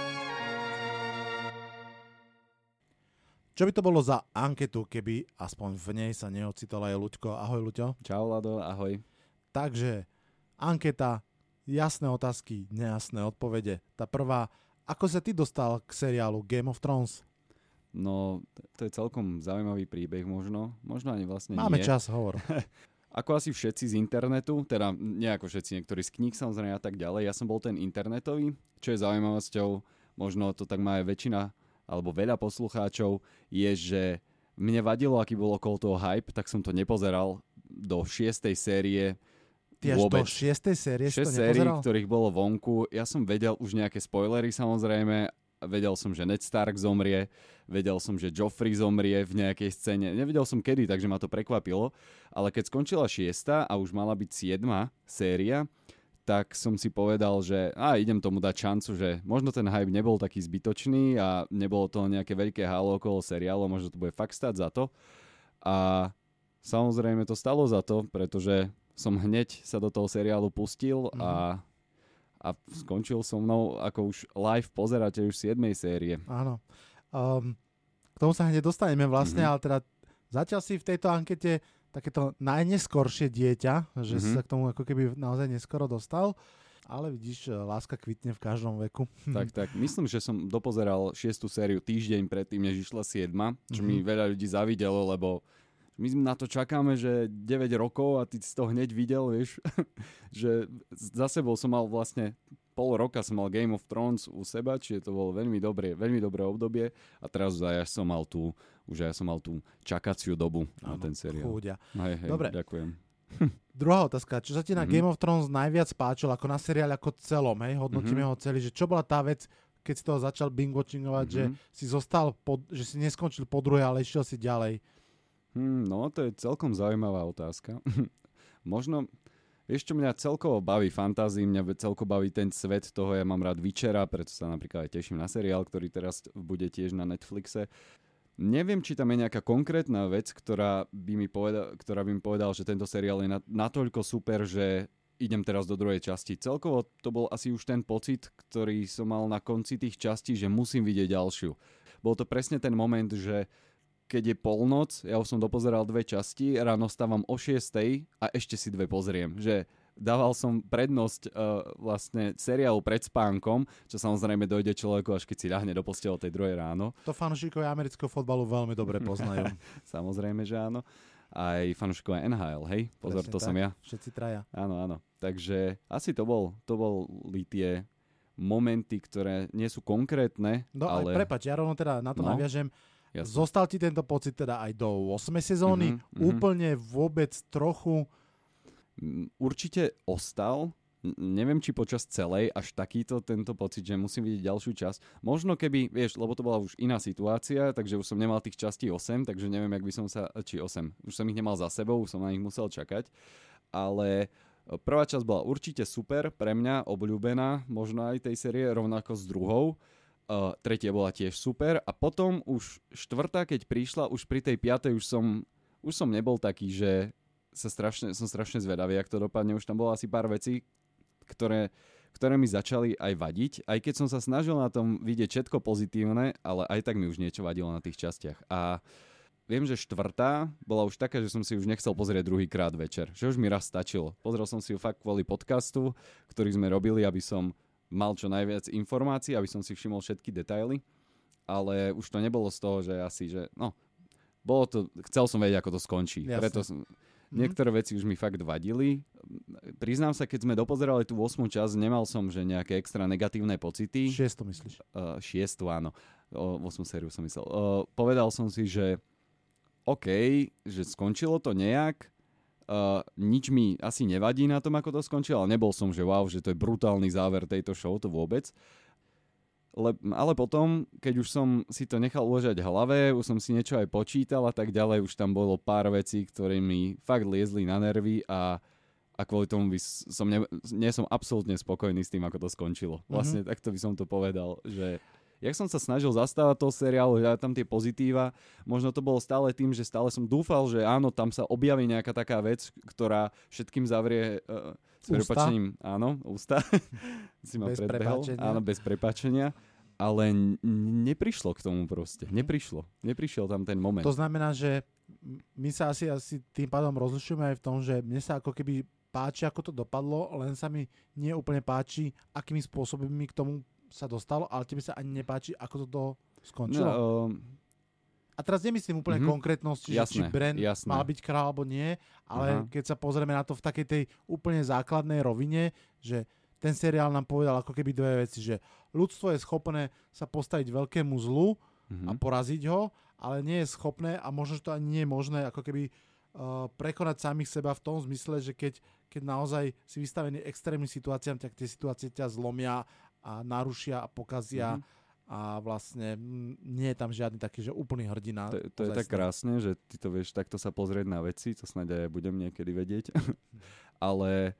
Čo by to bolo za anketu, keby aspoň v nej sa neocitol aj Ľuďko? Ahoj, Ľuďo. Čau, Lado, ahoj. Takže, anketa, jasné otázky, nejasné odpovede. Tá prvá, ako sa ty dostal k seriálu Game of Thrones? No, to je celkom zaujímavý príbeh možno. Možno ani vlastne Máme nie. čas, hovor. Ako asi všetci z internetu, teda nie ako všetci, niektorí z kníh samozrejme a tak ďalej. Ja som bol ten internetový, čo je zaujímavosťou, možno to tak má aj väčšina alebo veľa poslucháčov, je, že mne vadilo, aký bol okolo toho hype, tak som to nepozeral do 6. série. Ty až vôbec. do 6. série 6 si to sérií, nepozeral? ktorých bolo vonku. Ja som vedel už nejaké spoilery samozrejme. Vedel som, že Ned Stark zomrie. Vedel som, že Joffrey zomrie v nejakej scéne. Nevedel som kedy, takže ma to prekvapilo. Ale keď skončila 6. a už mala byť 7. séria, tak som si povedal, že idem tomu dať šancu, že možno ten hype nebol taký zbytočný a nebolo to nejaké veľké halo okolo seriálu, možno to bude fakt stáť za to. A samozrejme to stalo za to, pretože som hneď sa do toho seriálu pustil a skončil so mnou ako už live pozerateľ už 7. série. Áno. K tomu sa hneď dostaneme vlastne, ale teda zatiaľ si v tejto ankete takéto najneskoršie dieťa, že si sa k tomu ako keby naozaj neskoro dostal. Ale vidíš, láska kvitne v každom veku. Tak. Myslím, že som dopozeral 6. sériu týždeň predtým, než išla 7, čo mi veľa ľudí zavidelo, lebo my na to čakáme, že 9 rokov a ty si to hneď videl, vieš, že za sebou som mal vlastne pol roka som mal Game of Thrones u seba, čiže to bolo veľmi dobré obdobie a teraz ja som mal tú čakaciu dobu na ten seriál. Chúďa. Hej, dobre. Ďakujem. Druhá otázka, čo sa ti na Game of Thrones najviac páčilo, ako na seriál ako celom, hej? Hodnotíme ho celý, že čo bola tá vec, keď si toho začal binge-watchingovať, že si zostal, že si neskončil po druhej, ale išiel si ďalej? No, to je celkom zaujímavá otázka. Možno, vieš čo mňa celkovo baví fantázii, mňa celkovo baví ten svet toho, ja mám rád Witchera, preto sa napríklad aj teším na seriál, ktorý teraz bude tiež na Netflixe. Neviem, či tam je nejaká konkrétna vec, ktorá by mi povedal, že tento seriál je natoľko super, že idem teraz do druhej časti. Celkovo to bol asi už ten pocit, ktorý som mal na konci tých častí, že musím vidieť ďalšiu. Bol to presne ten moment, že keď je polnoc, ja už som dopozeral 2 časti, ráno stávam o 6:00 a ešte si 2 pozriem, že dával som prednosť vlastne seriálu pred spánkom, čo samozrejme dojde človeku, až keď si ľahne do postele o tej 2:00 ráno. To fanúšikovia amerického fotbalu veľmi dobre poznajú. Samozrejme, že áno. Aj fanúšikovia NHL, hej? Pozor, presne to tak. som ja. Všetci traja. Áno. Takže asi to boli tie momenty, ktoré nie sú konkrétne, No ale... prepáč, ja rovno teda na to naviažem. Jasne. Zostal ti tento pocit teda aj do 8. sezóny? Úplne vôbec trochu? Určite ostal. Neviem, či počas celej až tento pocit, že musím vidieť ďalšiu časť. Možno keby, vieš, lebo to bola už iná situácia, takže už som nemal tých častí 8, takže neviem, jak by som sa, či 8. Už som ich nemal za sebou, už som na nich musel čakať. Ale prvá časť bola určite super, pre mňa obľúbená, možno aj tej série, rovnako s druhou. Tretia bola tiež super a potom už štvrtá, keď prišla, už pri tej piatej už som nebol taký, že som strašne zvedavý, jak to dopadne. Už tam bolo asi pár vecí, ktoré mi začali aj vadiť, aj keď som sa snažil na tom vidieť všetko pozitívne, ale aj tak mi už niečo vadilo na tých častiach. A viem, že štvrtá bola už taká, že som si už nechcel pozrieť druhýkrát večer, že už mi raz stačilo. Pozrel som si ju fakt kvôli podcastu, ktorý sme robili, aby som mal čo najviac informácií, aby som si všimol všetky detaily, ale už to nebolo z toho, že bolo to, chcel som vedieť, ako to skončí. Jasne. Preto niektoré veci už mi fakt vadili. Priznám sa, keď sme dopozerali tú 8. časť, nemal som, že nejaké extra negatívne pocity. 6. myslíš? 6. áno. 8. sériu som myslel. Povedal som si, že OK, že skončilo to nejak, nič mi asi nevadí na tom, ako to skončilo, ale nebol som, že wow, že to je brutálny záver tejto show, to vôbec. Ale potom, keď už som si to nechal uložať v hlave, už som si niečo aj počítal a tak ďalej, už tam bolo pár vecí, ktoré mi fakt liezli na nervy a kvôli tomu nie som absolútne spokojný s tým, ako to skončilo. Vlastne takto by som to povedal, že jak som sa snažil zastávať toho seriálu, hľadať tam tie pozitíva, možno to bolo stále tým, že stále som dúfal, že áno, tam sa objaví nejaká taká vec, ktorá všetkým zavrie s prepáčením, áno, ústa. Si ma bez predbehol. prepáčenia. Áno, bez prepáčenia. Ale neprišlo k tomu proste. Neprišiel tam ten moment. To znamená, že my sa asi tým pádom rozlišujeme aj v tom, že mne sa ako keby páči, ako to dopadlo, len sa mi nie úplne páči, akými spôsobmi k tomu sa dostalo, ale tebe sa ani nepáči, ako to skončilo. A teraz nemyslím úplne konkrétnosti, že či Bran mal byť kráľ alebo nie, ale keď sa pozrieme na to v takej tej úplne základnej rovine, že ten seriál nám povedal ako keby dve veci, že ľudstvo je schopné sa postaviť veľkému zlu a poraziť ho, ale nie je schopné a možno, že to ani nie je možné ako keby prekonať samých seba v tom zmysle, že keď naozaj si vystavený extrémnym situáciám, tak tie situácie ťa zlomia a narušia a pokazia a vlastne nie je tam žiadny taký, že úplný hrdina. To je tak krásne, že ty to vieš takto sa pozrieť na veci, to snáď aj budem niekedy vedieť. Ale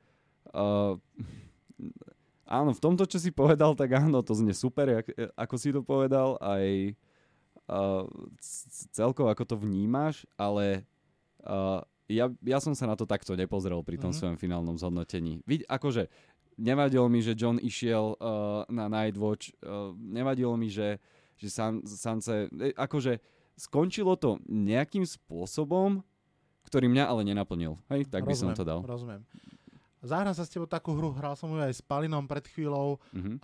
áno, v tomto, čo si povedal, tak áno, to znie super, ako si to povedal, aj celkovo ako to vnímaš, ale ja som sa na to takto nepozrel pri tom svojom finálnom zhodnotení. Akože nevadilo mi, že Jon išiel na Nightwatch, nevadilo mi, že Sansa, akože skončilo to nejakým spôsobom, ktorý mňa ale nenaplnil. Hej, tak by som to dal. Rozumiem. zahrám sa s tebou takú hru, hral som ju aj s Palinom pred chvíľou.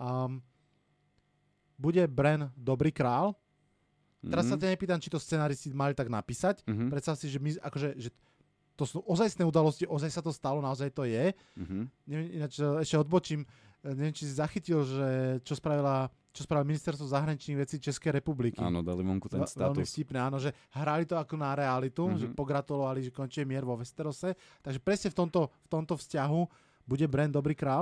Bude Bran dobrý král? Teraz sa ťa nepýtam, či to scenáristi mali tak napísať. Predstav si, že my, akože, že to sú ozajstné udalosti, ozaj sa to stalo, naozaj to je. Ináč ešte odbočím, neviem, či si zachytil, že čo spravil ministerstvo zahraničných vecí Českej republiky. Áno, dali vonku ten status. Veľmi vtipné, áno, že hrali to ako na realitu, že pogratulovali, že končí mier vo Westerose. Takže presne v tomto vzťahu bude Bran dobrý král?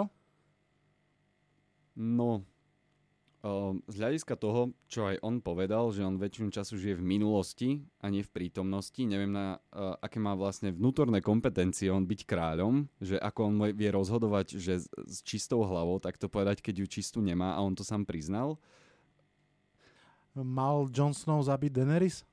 No, z hľadiska toho, čo aj on povedal, že on väčšinu času žije v minulosti a nie v prítomnosti, neviem aké má vlastne vnútorné kompetencie on byť kráľom, že ako on vie rozhodovať, že s čistou hlavou, tak to povedať, keď ju čistú nemá a on to sám priznal. Mal Jon Snow zabiť Daenerys?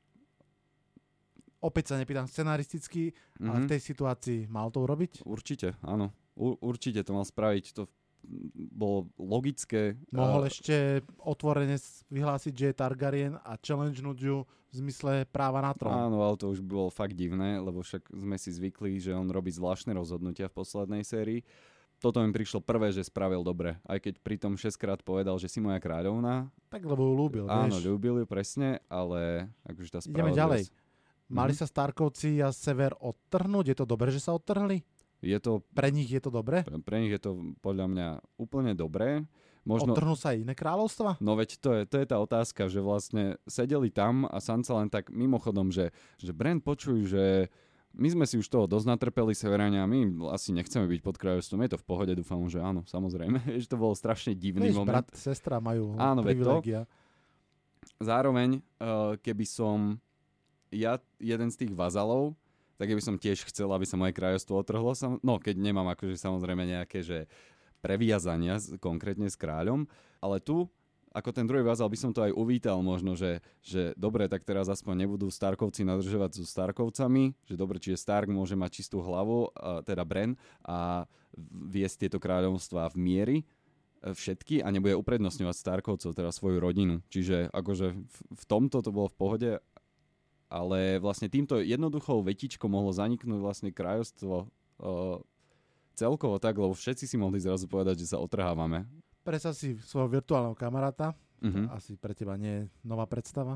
Opäť sa nepýtam scenaristicky, ale v tej situácii mal to urobiť? Určite, áno. Určite to mal spraviť, to bolo logické. Mohol ešte otvorene vyhlásiť, že je Targaryen a challengenúť ju v zmysle práva na trón. Áno, ale to už bolo fakt divné, lebo však sme si zvykli, že on robí zvláštne rozhodnutia v poslednej sérii. Toto mi prišlo prvé, že spravil dobre. Aj keď pritom 6-krát povedal, že si moja kráľovná. Tak lebo ju ľúbil, áno, vieš. ľúbil ju presne, ale akože tá spravodlivosť. Ideme ďalej. Mali sa Starkovci a Sever odtrhnúť? Je to dobré, že sa odtrhli? Pre nich je to dobré? Pre nich je to podľa mňa úplne dobré. Odtrhnú sa aj iné kráľovstva? No veď to je tá otázka, že vlastne sedeli tam a Sansa len tak mimochodom, že Bran počuj, že my sme si už toho dosť natrpeli Severania, my asi nechceme byť pod kráľovstvom, je to v pohode, dúfam, že áno, samozrejme, že to bol strašne divný moment. Brat, sestra majú Privilégia. privilégia. Zároveň, keby som ja jeden z tých vazalov, tak by som tiež chcel, aby sa moje kráľovstvo otrhlo. No, keď nemám akože samozrejme nejaké že previazania konkrétne s kráľom, ale tu, ako ten druhý vazal, by som to aj uvítal možno, že dobre, tak teraz aspoň nebudú Starkovci nadržovať so Starkovcami, že dobre, čiže Stark môže mať čistú hlavu, teda Bran, a viesť tieto kráľovstvá v miery všetky a nebude uprednostňovať Starkovcov, teda svoju rodinu. Čiže akože v tomto to bolo v pohode, ale vlastne týmto jednoduchou vetičkou mohlo zaniknúť vlastne kráľovstvo celkovo tak, lebo všetci si mohli zrazu povedať, že sa otrhávame. Predstav si svojho virtuálneho kamaráta, asi pre teba nie je nová predstava,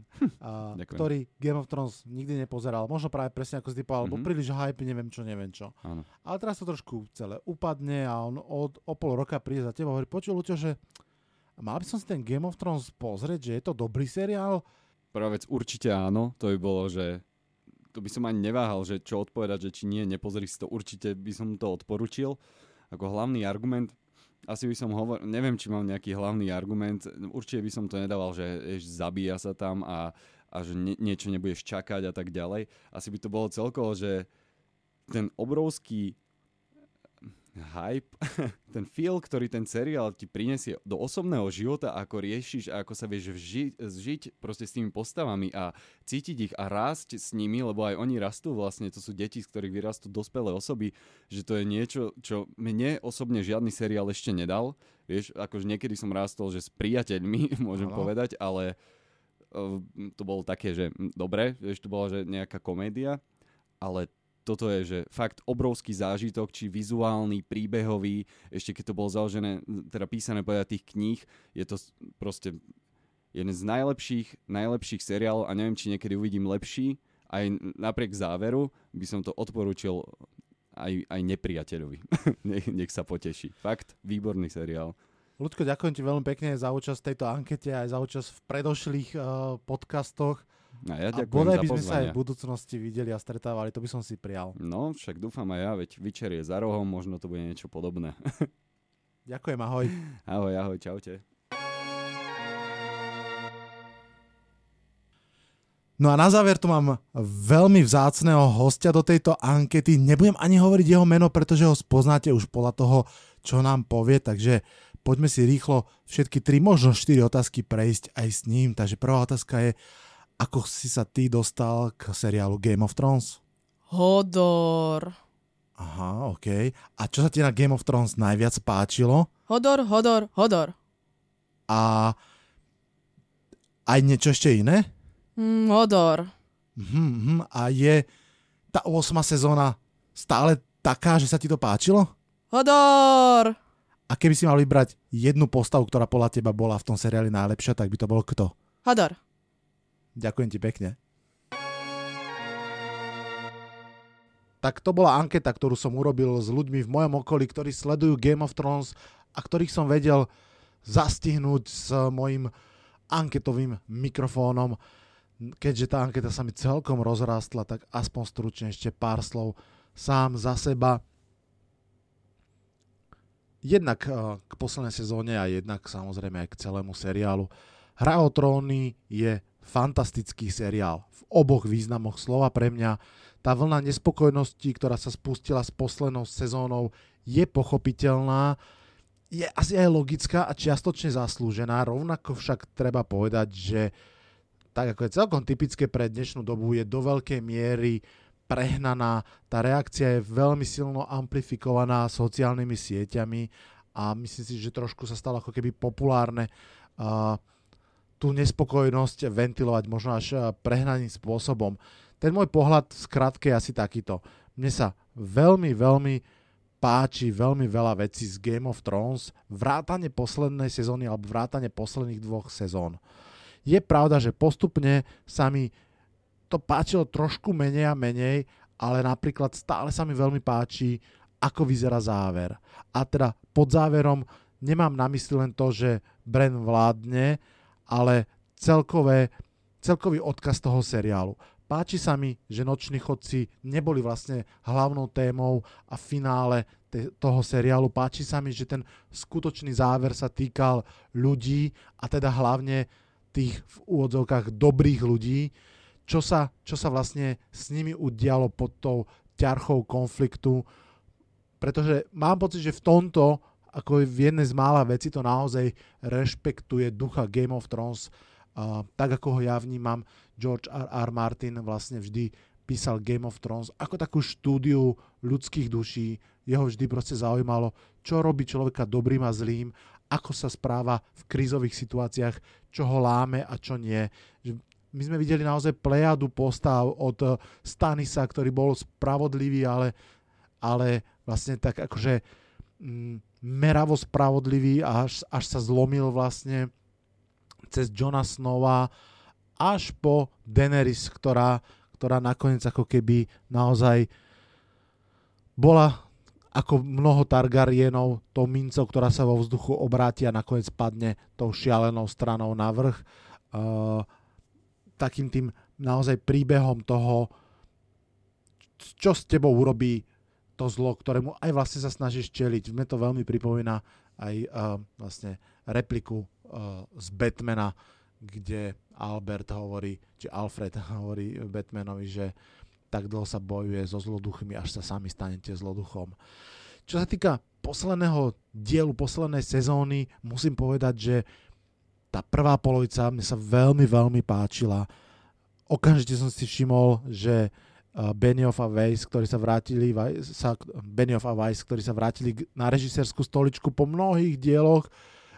ktorý Game of Thrones nikdy nepozeral, možno práve presne ako si ty povedal, alebo príliš hype, neviem čo. Áno. Ale teraz to trošku celé upadne a on o pol roka príde za teba a hovorí, počul, Luťo, že mal by som si ten Game of Thrones pozrieť, že je to dobrý seriál. Prvá vec určite áno, to by bolo, že to by som ani neváhal, že čo odpovedať, že či nie, nepozri si to, určite by som to odporučil. Ako hlavný argument, asi by som neviem, či mám nejaký hlavný argument, určite by som to nedával, že zabíja sa tam a že niečo nebudeš čakať a tak ďalej. Asi by to bolo celkovo, že ten obrovský hype, ten feel, ktorý ten seriál ti prinesie do osobného života, ako riešiš a ako sa vieš žiť proste s tými postavami a cítiť ich a rásť s nimi, lebo aj oni rastú vlastne, to sú deti, z ktorých vyrastú dospelé osoby, že to je niečo, čo mne osobne žiadny seriál ešte nedal. Vieš, akože niekedy som rástol, že s priateľmi, môžem povedať, ale to bolo také, že dobre, vieš, to bola že nejaká komédia, ale toto je, že fakt obrovský zážitok, či vizuálny, príbehový, ešte keď to bolo založené, teda písané podľa tých kníh, je to proste jeden z najlepších seriálov a neviem, či niekedy uvidím lepší, aj napriek záveru by som to odporúčil aj nepriateľovi. Nech sa poteší. Fakt, výborný seriál. Ľudko, ďakujem ti veľmi pekne za účasť v tejto ankete, aj za účasť v predošlých podcastoch. A ja ďakujem bodaj za by sme sa aj pozvanie. V budúcnosti videli a stretávali, to by som si prial. No, však dúfam aj ja, veď večer je za rohom, možno to bude niečo podobné. Ďakujem, ahoj. Ahoj, čaute. No a na záver tu mám veľmi vzácneho hostia do tejto ankety. Nebudem ani hovoriť jeho meno, pretože ho spoznáte už podľa toho, čo nám povie, takže poďme si rýchlo všetky 3, možno 4 otázky prejsť aj s ním. Takže prvá otázka je, ako si sa ty dostal k seriálu Game of Thrones? Hodor. Aha, okej. A čo sa ti na Game of Thrones najviac páčilo? Hodor. A aj niečo ešte iné? Hodor. A je tá 8. sezóna stále taká, že sa ti to páčilo? Hodor! A keby si mal vybrať jednu postavu, ktorá podľa teba bola v tom seriáli najlepšia, tak by to bol kto? Hodor. Ďakujem ti pekne. Tak to bola anketa, ktorú som urobil s ľuďmi v mojom okolí, ktorí sledujú Game of Thrones a ktorých som vedel zastihnúť s mojim anketovým mikrofónom. Keďže tá anketa sa mi celkom rozrástla, tak aspoň stručne ešte pár slov sám za seba. Jednak k poslednej sezóne a jednak samozrejme aj k celému seriálu. Hra o tróny je fantastický seriál. V oboch významoch slova pre mňa. Tá vlna nespokojnosti, ktorá sa spustila s poslednou sezónou, je pochopiteľná, je asi aj logická a čiastočne zaslúžená. Rovnako však treba povedať, že tak ako je celkom typické pre dnešnú dobu, je do veľkej miery prehnaná. Tá reakcia je veľmi silno amplifikovaná sociálnymi sieťami a myslím si, že trošku sa stalo ako keby populárne tú nespokojnosť ventilovať možno až prehnaným spôsobom. Ten môj pohľad skratke je asi takýto. Mne sa veľmi, veľmi páči veľmi veľa vecí z Game of Thrones, vrátane poslednej sezóny alebo vrátane posledných 2 sezón. Je pravda, že postupne sa mi to páčilo trošku menej a menej, ale napríklad stále sa mi veľmi páči, ako vyzerá záver. A teda pod záverom nemám na mysli len to, že Bran vládne, ale celkový odkaz toho seriálu. Páči sa mi, že Noční chodci neboli vlastne hlavnou témou a finále toho seriálu. Páči sa mi, že ten skutočný záver sa týkal ľudí a teda hlavne tých v úvodzovkách dobrých ľudí, čo sa vlastne s nimi udialo pod tou ťarchou konfliktu, pretože mám pocit, že v tomto, ako v jednej z mála vecí, to naozaj rešpektuje ducha Game of Thrones, tak ako ho ja vnímam. George R. Martin vlastne vždy písal Game of Thrones ako takú štúdiu ľudských duší. Jeho vždy proste zaujímalo, čo robí človeka dobrým a zlým, ako sa správa v krízových situáciách, čo ho láme a čo nie. My sme videli naozaj plejadu postav od Stanisa, ktorý bol spravodlivý, ale vlastne tak akože meravo spravodlivý až sa zlomil vlastne cez Jona Snowa až po Daenerys, ktorá nakoniec ako keby naozaj bola ako mnoho Targaryenov tou mincov, ktorá sa vo vzduchu obráti a nakoniec padne tou šialenou stranou na vrch. Takým tým naozaj príbehom toho, čo s tebou urobí to zlo, ktorému aj vlastne sa snažíš čeliť. Mne to veľmi pripomína aj vlastne repliku z Batmana, kde Alfred hovorí Batmanovi, že tak dlho sa bojuje so zloduchmi, až sa sami stanete zloduchom. Čo sa týka posledného dielu, poslednej sezóny, musím povedať, že tá prvá polovica mne sa veľmi, veľmi páčila. Okamžite som si všimol, že Benioff a Weiss, ktorí sa vrátili na režisérskú stoličku po mnohých dieloch,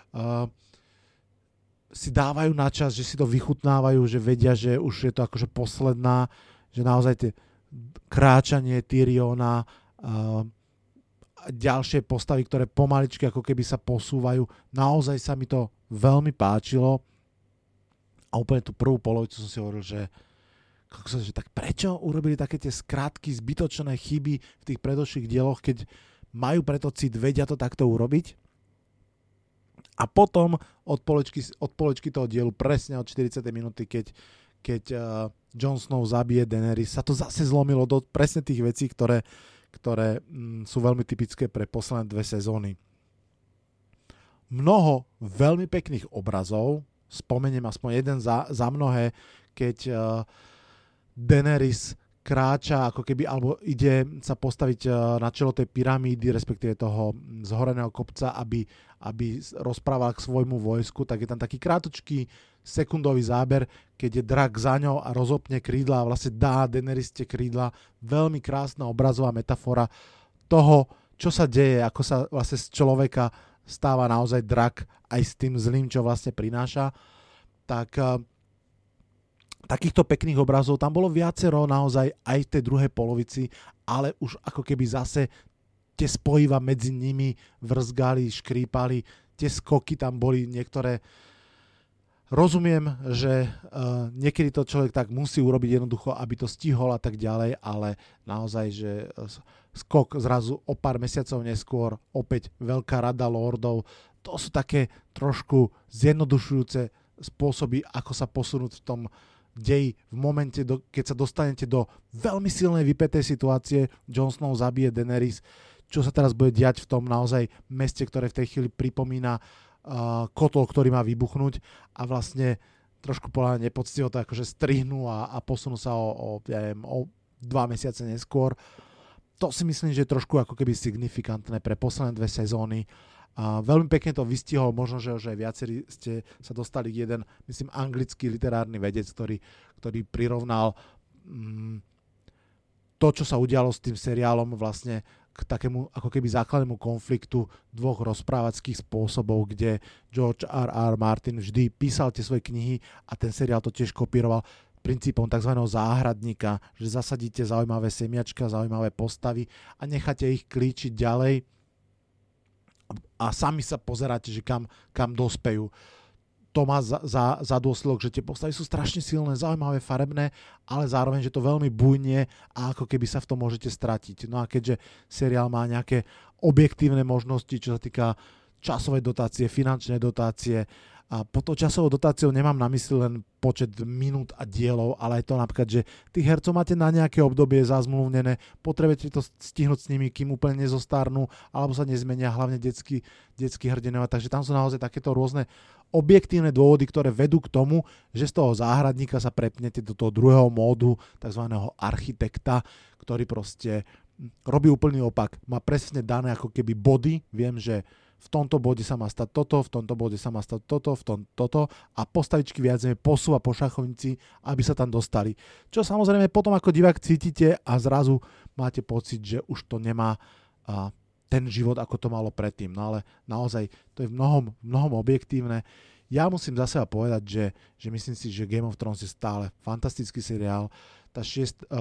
si dávajú na čas, že si to vychutnávajú, že vedia, že už je to akože posledná, že naozaj tie kráčanie Tyriona a ďalšie postavy, ktoré pomaličky ako keby sa posúvajú, naozaj sa mi to veľmi páčilo a úplne tú prvú polovicu som si hovoril, že tak prečo urobili také tie skratky, zbytočné chyby v tých predošlých dieloch, keď majú preto cit, vedia to takto urobiť. A potom od poločky toho dielu, presne od 40. minúty, keď Jon Snow zabije Daenerys, sa to zase zlomilo do presne tých vecí, ktoré sú veľmi typické pre posledné 2 sezóny. Mnoho veľmi pekných obrazov, spomeniem aspoň jeden za mnohé, keď Daenerys kráča ako keby, alebo ide sa postaviť na čelo tej pyramídy, respektíve toho zhoreného kopca, aby rozprával k svojmu vojsku, tak je tam taký krátočký sekundový záber, keď je drak za ňou a rozopne krídla a vlastne dá Daenerys tie krídla. Veľmi krásna obrazová metafora toho, čo sa deje, ako sa vlastne z človeka stáva naozaj drak aj s tým zlým, čo vlastne prináša. Tak takýchto pekných obrazov tam bolo viacero naozaj aj v tej druhej polovici ale už ako keby zase tie spojiva medzi nimi vrzgali, škrípali, tie skoky tam boli niektoré. Rozumiem, že niekedy to človek tak musí urobiť jednoducho, aby to stihol a tak ďalej, ale naozaj, že skok zrazu o pár mesiacov neskôr, opäť veľká rada lordov, to sú také trošku zjednodušujúce spôsoby, ako sa posunúť v tom deji v momente, keď sa dostanete do veľmi silnej vypätej situácie. Jon Snow zabije Daenerys, čo sa teraz bude diať v tom naozaj meste, ktoré v tej chvíli pripomína kotol, ktorý má vybuchnúť, a vlastne trošku podľa nepoctivo to akože strihnú a posunú sa o 2 mesiace neskôr. To si myslím, že je trošku ako keby signifikantné pre posledné 2 sezóny. Veľmi pekne to vystihol, možno, že aj viacerí ste sa dostali k jeden, myslím, anglický literárny vedec, ktorý prirovnal to, čo sa udialo s tým seriálom vlastne k takému ako keby základnému konfliktu dvoch rozprávackých spôsobov, kde George R.R. Martin vždy písal tie svoje knihy a ten seriál to tiež kopíroval princípom tzv. Záhradníka, že zasadíte zaujímavé semiačka, zaujímavé postavy a necháte ich klíčiť ďalej a sami sa pozeráte, že kam dospejú. To má za dôsledok, že tie postavy sú strašne silné, zaujímavé, farebné, ale zároveň, že to veľmi bujnie a ako keby sa v tom môžete stratiť. No a keďže seriál má nejaké objektívne možnosti, čo sa týka časovej dotácie, finančnej dotácie, a pod tou časovou dotáciou nemám na mysli len počet minút a dielov, ale aj to napríklad, že tých hercov máte na nejaké obdobie zazmluvnené, potrebujete to stihnúť s nimi, kým úplne nezostarnú, alebo sa nezmenia, hlavne detskí hrdinovia. Takže tam sú naozaj takéto rôzne objektívne dôvody, ktoré vedú k tomu, že z toho záhradníka sa prepnete do toho druhého módu, takzvaného architekta, ktorý proste robí úplný opak. Má presne dané ako keby body, viem, že v tomto bode sa má stať toto, v tomto bode sa má stať toto, toto a postavičky viac menej posúva po šachovnici, aby sa tam dostali. Čo samozrejme potom ako divák cítite a zrazu máte pocit, že už to nemá ten život, ako to malo predtým. No ale naozaj to je v mnohom objektívne. Ja musím za seba povedať, že myslím si, že Game of Thrones je stále fantastický seriál. Tá 7.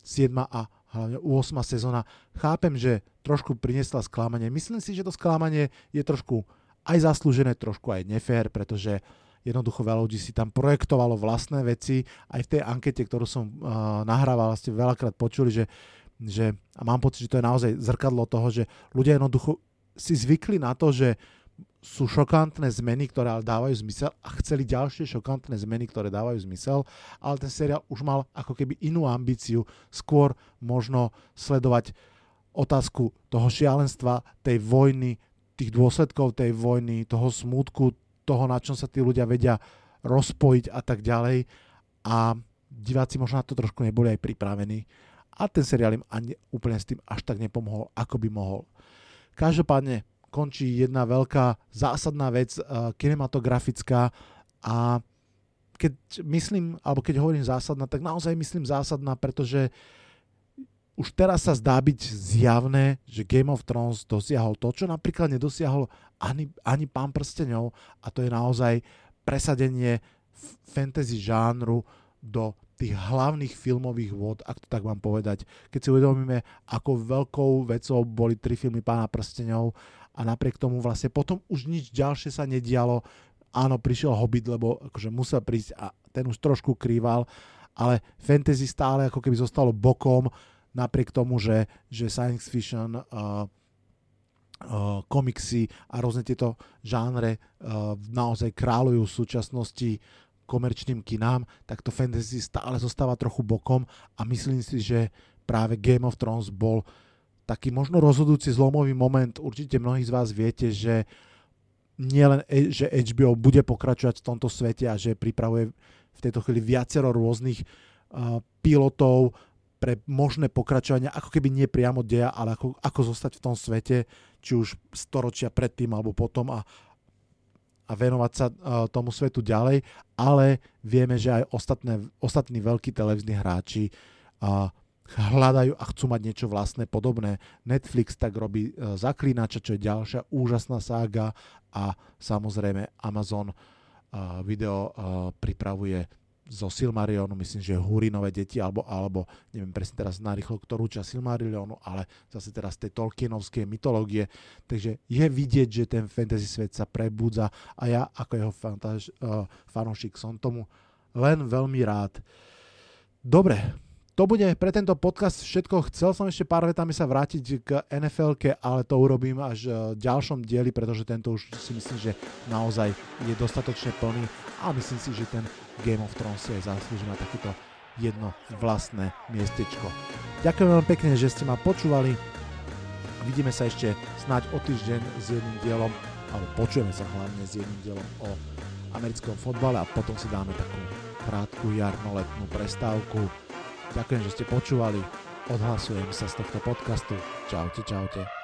a hlavne 8. sezóna, chápem, že trošku priniesla sklamanie. Myslím si, že to sklamanie je trošku aj zaslúžené, trošku aj nefér, pretože jednoducho veľa ľudí si tam projektovalo vlastné veci. Aj v tej ankete, ktorú som nahrával, ste veľakrát počuli, že a mám pocit, že to je naozaj zrkadlo toho, že ľudia jednoducho si zvykli na to, že sú šokantné zmeny, ktoré ale dávajú zmysel a chceli ďalšie šokantné zmeny, ktoré dávajú zmysel, ale ten seriál už mal ako keby inú ambíciu, skôr možno sledovať otázku toho šialenstva, tej vojny, tých dôsledkov tej vojny, toho smútku, toho, na čom sa tí ľudia vedia rozpojiť a tak ďalej, a diváci možno na to trošku neboli aj pripravení a ten seriál im ani úplne s tým až tak nepomohol, ako by mohol. Každopádne končí jedna veľká zásadná vec kinematografická a keď hovorím zásadná, tak naozaj myslím zásadná, pretože už teraz sa zdá byť zjavné, že Game of Thrones dosiahol to, čo napríklad nedosiahol ani Pán prsteňov, a to je naozaj presadenie fantasy žánru do tých hlavných filmových vôd, ak to tak mám povedať. Keď si uvedomíme, ako veľkou vecou boli 3 filmy Pána prsteňov a napriek tomu vlastne potom už nič ďalšie sa nedialo. Áno, prišiel Hobbit, lebo akože musel prísť a ten už trošku krýval, ale fantasy stále ako keby zostalo bokom, napriek tomu, že science fiction, komiksy a rôzne tieto žánre naozaj kráľujú v súčasnosti komerčným kinám, tak to fantasy stále zostáva trochu bokom a myslím si, že práve Game of Thrones bol taký možno rozhodujúci zlomový moment. Určite mnohí z vás viete, že nielen, že HBO bude pokračovať v tomto svete a že pripravuje v tejto chvíli viacero rôznych pilotov pre možné pokračovanie, ako keby nie priamo deja, ale ako zostať v tom svete, či už storočia predtým alebo potom a venovať sa tomu svetu ďalej, ale vieme, že aj ostatní veľkí televízni hráči hľadajú a chcú mať niečo vlastné podobné. Netflix tak robí Zaklínača, čo je ďalšia úžasná sága, a samozrejme Amazon Video pripravuje zo Silmarionu, myslím, že Húrinové deti, alebo neviem presne teraz narýchlo, ktorú časť Silmarionu, ale zase teraz tej Tolkienovskej mytológie. Takže je vidieť, že ten fantasy svet sa prebudza a ja ako jeho fanúšik som tomu len veľmi rád. Dobre, to bude pre tento podcast všetko. Chcel som ešte pár vetami sa vrátiť k NFL-ke, ale to urobím až v ďalšom dieli, pretože tento už si myslím, že naozaj je dostatočne plný a myslím si, že ten Game of Thrones si aj zaslúži na takéto jedno vlastné miestečko. Ďakujem veľmi pekne, že ste ma počúvali. Vidíme sa ešte snáď o týždeň s jedným dielom, alebo počujeme sa hlavne s jedným dielom o americkom fotbale a potom si dáme takú krátku jarno-letnú prestávku. Ďakujem, že ste počúvali. Odhlasujem sa z tohto podcastu. Čaute, čaute.